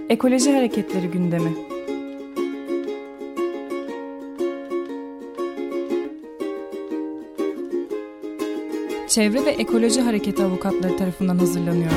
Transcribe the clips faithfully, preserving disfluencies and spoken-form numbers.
Ekoloji hareketleri gündemi. Çevre ve Ekoloji Hareketi avukatları tarafından hazırlanıyor.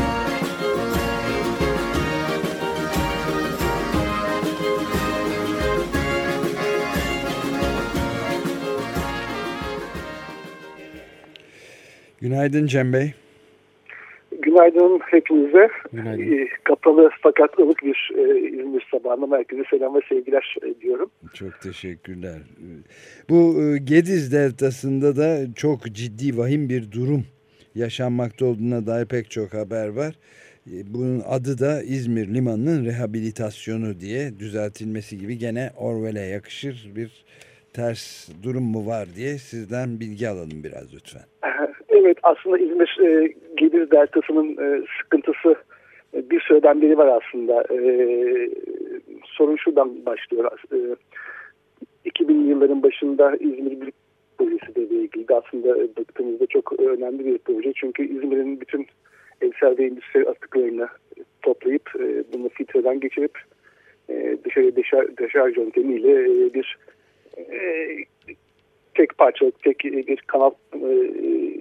Günaydın Cem Bey. Günaydın hepinize. Günaydın. E, kapalı fakat ılık bir e, İzmir sabahına herkese selam ve sevgiler e, diyorum. Çok teşekkürler. Bu e, Gediz Deltası'nda da çok ciddi, vahim bir durum yaşanmakta olduğuna dair pek çok haber var. E, bunun adı da İzmir Limanı'nın rehabilitasyonu diye düzeltilmesi gibi, gene Orwell'e yakışır bir ters durum mu var diye sizden bilgi alalım biraz lütfen. Evet, aslında İzmir e, Gediz Deltası'nın e, sıkıntısı e, bir süreden beri var aslında. E, sorun şuradan başlıyor. E, iki binli yılların başında İzmir Büyük Projesi devreye girdi. Aslında e, baktığımızda çok önemli bir proje. Çünkü İzmir'in bütün evsel ve endüstri atıklarını toplayıp e, bunu filtreden geçirip e, dışarı deşarj, deşarj yöntemiyle e, bir e, tek parçalık, tek bir kanal e,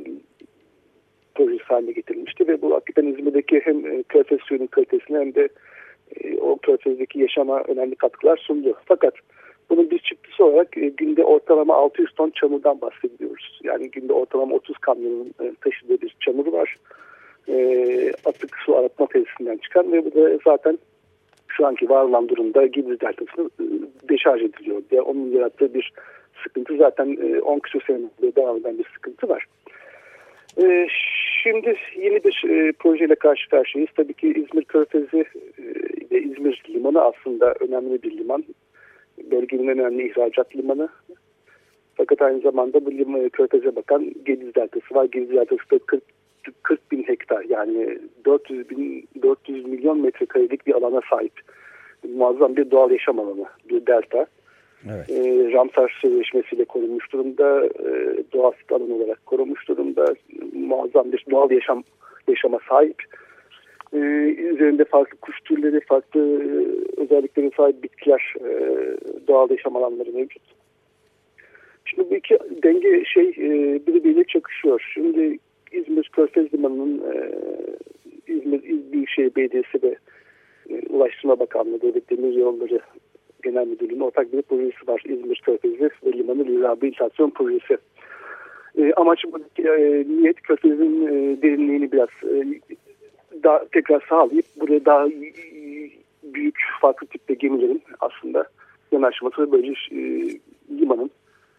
projesi haline getirilmişti ve bu hakikaten İzmir'deki hem körfez suyunun kalitesine hem de e, o körfezdeki yaşama önemli katkılar sundu. Fakat bunun bir çıktısı olarak e, günde ortalama altı yüz ton çamurdan bahsediyoruz. Yani günde ortalama otuz kamyonun e, taşıdığı bir çamur var. E, atık su arıtma tesisinden çıkan ve bu da zaten şu anki var olan durumda Gediz Deltası'nı e, deşarj ediliyor. Yani onun yarattığı bir sıkıntı zaten e, on küsur senedir devam eden bir sıkıntı var. E, şimdi yeni bir e, projeyle karşı karşıyayız. Tabii ki İzmir Körfezi e, ve İzmir Limanı aslında önemli bir liman. Bölgenin önemli ihracat limanı. Fakat aynı zamanda bu limanı Körfez'e bakan Gediz Deltası var. Gediz Deltası da kırk, kırk bin hektar, yani dört yüz bin, dört yüz milyon metrekarelik bir alana sahip. Muazzam bir doğal yaşam alanı, bir delta. Evet. E, Ramsar Sözleşmesi'yle korunmuş durumda, e, doğal sit alanı olarak korunmuş durumda, muazzam bir doğal yaşam yaşama sahip. E, üzerinde farklı kuş türleri, farklı e, özelliklere sahip bitkiler, e, doğal yaşam alanları mevcut. Şimdi bu iki denge şey e, birbiriyle çakışıyor. Şimdi İzmir Körfez Limanı'nın e, İzmir İl Büyükşehir Belediyesi ve e, Ulaştırma Bakanlığı Devlet Demiryolları Genel Müdürlüğü'nün ortak bir projesi var. İzmir Körfezi ve Limanı Rehabilitasyon Projesi. E, amaç bu e, niyet Körfez'in e, derinliğini biraz e, daha tekrar sağlayıp buraya daha e, büyük farklı tipte gemilerin aslında yanaşması ve böylece e, limanın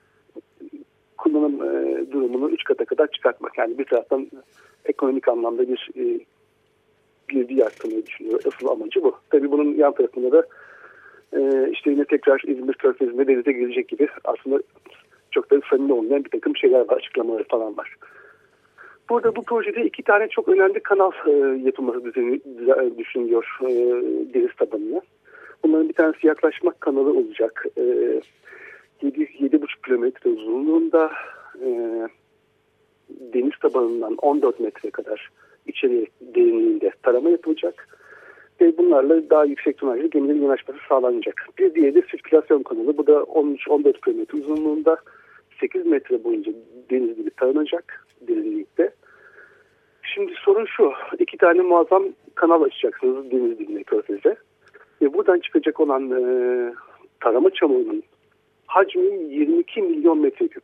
kullanım e, durumunu üç kata kadar çıkartmak. Yani bir taraftan ekonomik anlamda bir e, girdi arttırmayı düşünüyor. Asıl amacı bu. Tabii bunun yan tarafında da e, işte yine tekrar İzmir Körfezi'nde denize girecek gibi aslında çok da samimi olmayan bir takım şeyler var, açıklamaları falan var. Burada bu projede iki tane çok önemli kanal e, yapılması düzeni, düşünülüyor e, deniz tabanına. Bunların bir tanesi yaklaşmak kanalı olacak. E, yedi buçuk kilometre uzunluğunda, e, deniz tabanından on dört metre kadar içeri derinliğinde tarama yapılacak ve bunlarla daha yüksek tonajlı gemilerin yanaşması sağlanacak. Bir diğeri de sirkülasyon kanalı. Bu da on üç on dört kilometre uzunluğunda, sekiz metre boyunca deniz gibi taranacak derinlikte. Şimdi sorun şu: iki tane muazzam kanal açacaksınız deniz dibine, Körfez'e ve buradan çıkacak olan e, tarama çamurunun hacmi yirmi iki milyon metreküp.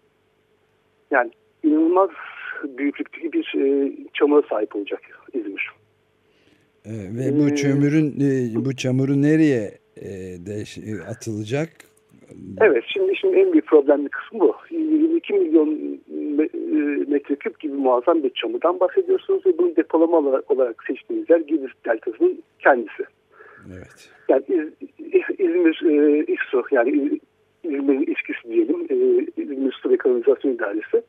Yani inanılmaz büyüklükteki bir e, çamura sahip olacak İzmir. Ee, ve bu çömürün e, bu çamuru nereye e, de, atılacak? Evet, şimdi şimdi en büyük problemli kısmı bu. yirmi iki milyon metreküp gibi muazzam bir çamurdan bahsediyorsunuz ve bunu depolama olarak, olarak seçtiğiniz yer Gediz Deltası'nın kendisi. Evet. Yani İz, İzmir e, İSSU, yani İzmir'in İSKİ'si diyelim, e, İzmir Su ve Kanalizasyon İdaresi,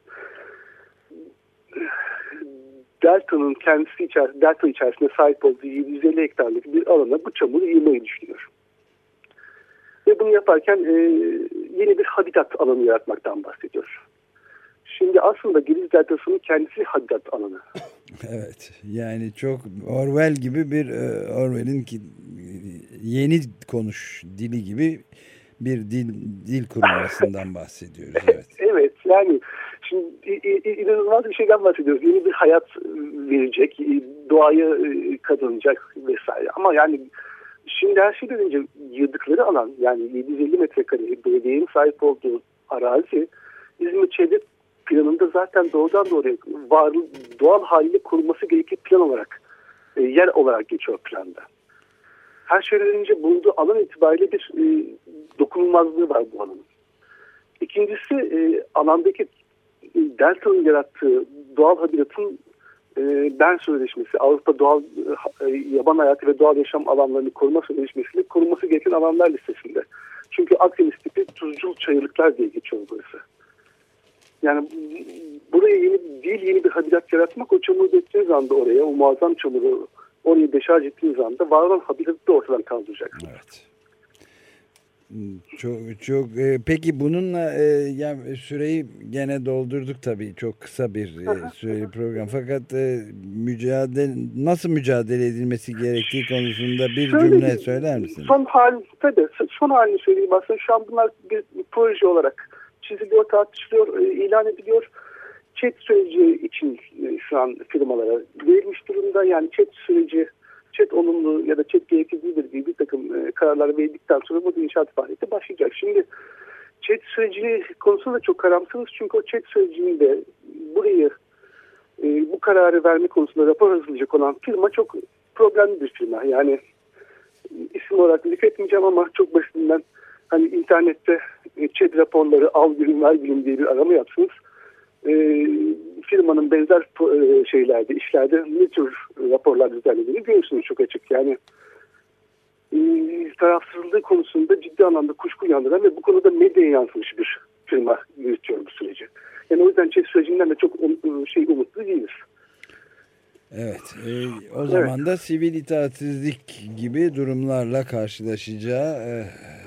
Delta'nın kendisi içerisinde, Delta içerisinde sahip olduğu yedi yüz elli hektarlık bir alana bu çamuru yığmayı düşünüyor. Ve bunu yaparken e, yeni bir habitat alanı yaratmaktan bahsediyor. Şimdi aslında Gediz Deltası'nın kendisi habitat alanı. Evet, yani çok Orwell gibi bir Orwell'in ki yeni konuş dili gibi bir dil dil kurulmasından bahsediyoruz. Evet. Evet, yani şimdi inanılmaz bir şeyden bahsediyoruz. Yeni bir hayat verecek, doğaya kazanacak vesaire. Ama yani şimdi her şeyden önce yığdıkları alan, yani yedi yüz elli metrekare belediyenin sahip olduğu arazi İzmir Çevre Planı'nda zaten doğrudan doğruya var, doğal haliyle korunması gerekir plan olarak, yer olarak geçiyor planda. Her şeyden önce bulunduğu alan itibariyle bir e, dokunulmazlığı var bu alanın. İkincisi e, alandaki e, delta'nın yarattığı doğal habitatın e, Bern Sözleşmesi, Avrupa Doğal e, Yaban Hayatı ve Doğal Yaşam Alanlarını Koruma Sözleşmesi'yle korunması gereken alanlar listesinde. Çünkü Akdeniz tipi tuzcul çayırlıklar diye geçiyor burası. Yani buraya yeni değil yeni bir habitat yaratmak, o çamuru döktüğünüz anda oraya, o muazzam çamuru orayı deşarj ettiğiniz anda var olan habitatı da ortadan kaldıracaksınız. Evet. Çok çok e, peki bununla e, yani süreyi gene doldurduk tabii, çok kısa bir e, süreli program, fakat e, mücadele nasıl mücadele edilmesi gerektiği konusunda bir Şöyle, cümle söyler misiniz? Son hal tabii son halini söyleyeyim aslında. Şu an bunlar bir, bir proje olarak çiziliyor, tartışılıyor, e, ilan ediliyor. Chat süreci için e, şu an firmalara verilmiş durumda. Yani chat süreci, chat olumlu ya da chat gerekli değildir gibi bir takım e, kararlar verildikten sonra bu inşaat faaliyeti başlayacak. Şimdi chat süreci konusunda çok karamsarız. Çünkü o chat sürecinde burayı e, bu kararı verme konusunda rapor hazırlayacak olan firma çok problemli bir firma. Yani isim olarak zikretmeyeceğim ama çok basitinden hani internette e, chat raporları al birim ver birim diye bir arama yapsınız. E, firmanın benzer e, şeylerde, işlerde ne tür raporlar düzenlediğini görüyorsunuz çok açık. Yani e, tarafsızlığı konusunda ciddi anlamda kuşku uyandıran ve bu konuda medyaya yansımış bir firma yürütüyor bu süreci. Yani o yüzden chat sürecinden de çok şey umutlu değiliz. Evet, e, o zaman evet. da sivil itaatsizlik gibi durumlarla karşılaşacağı e,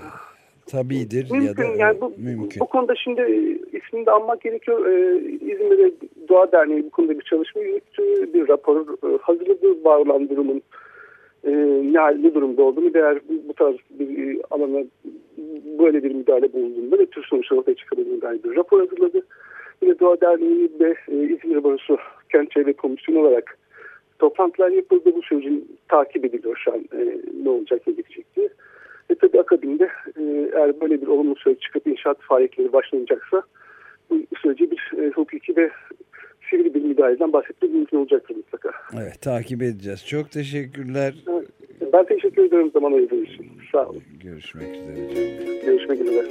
tabidir mümkün, ya da yani bu, mümkün. Bu konuda şimdi ismini de anmak gerekiyor. Ee, İzmir'de Doğa Derneği bu konuda bir çalışma yürüttü, bir rapor e, hazırladı. Var olan durumun e, ne halde durumda olduğunu ve eğer bu, bu tarz bir e, alana böyle bir müdahale bulunduğunda ne tür sonuçlar ortaya çıkabildiğine dair bir rapor hazırladı. Yine Doğa Derneği ve e, İzmir Barosu Kent Çevre Komisyonu olarak toplantılar yapıldı. Bu sürecin takip ediliyor şu an e, ne olacak, ne gidecek diye. Ve tabii akabinde e, eğer böyle bir olumlu süreç çıkıp inşaat faaliyetleri başlanacaksa bu süreci bir e, hukuki ve sivil bir müdahaleden bahsetmek mümkün olacaktır mutlaka. Evet, takip edeceğiz. Çok teşekkürler. Evet, ben teşekkür ederim zaman ayırdığınız için. Sağ olun. Görüşmek üzere canım. Görüşmek üzere.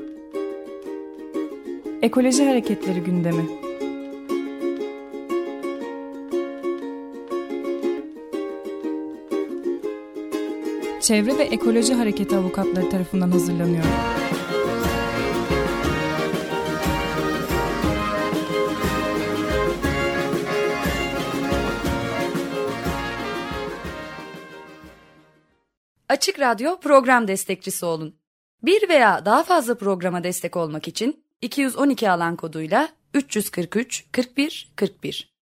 Ekoloji Hareketleri gündemi. Çevre ve Ekoloji Hareketi avukatları tarafından hazırlanıyor. Açık Radyo program destekçisi olun. Bir veya daha fazla programa destek olmak için iki yüz on iki alan koduyla üç yüz kırk üç kırk bir kırk bir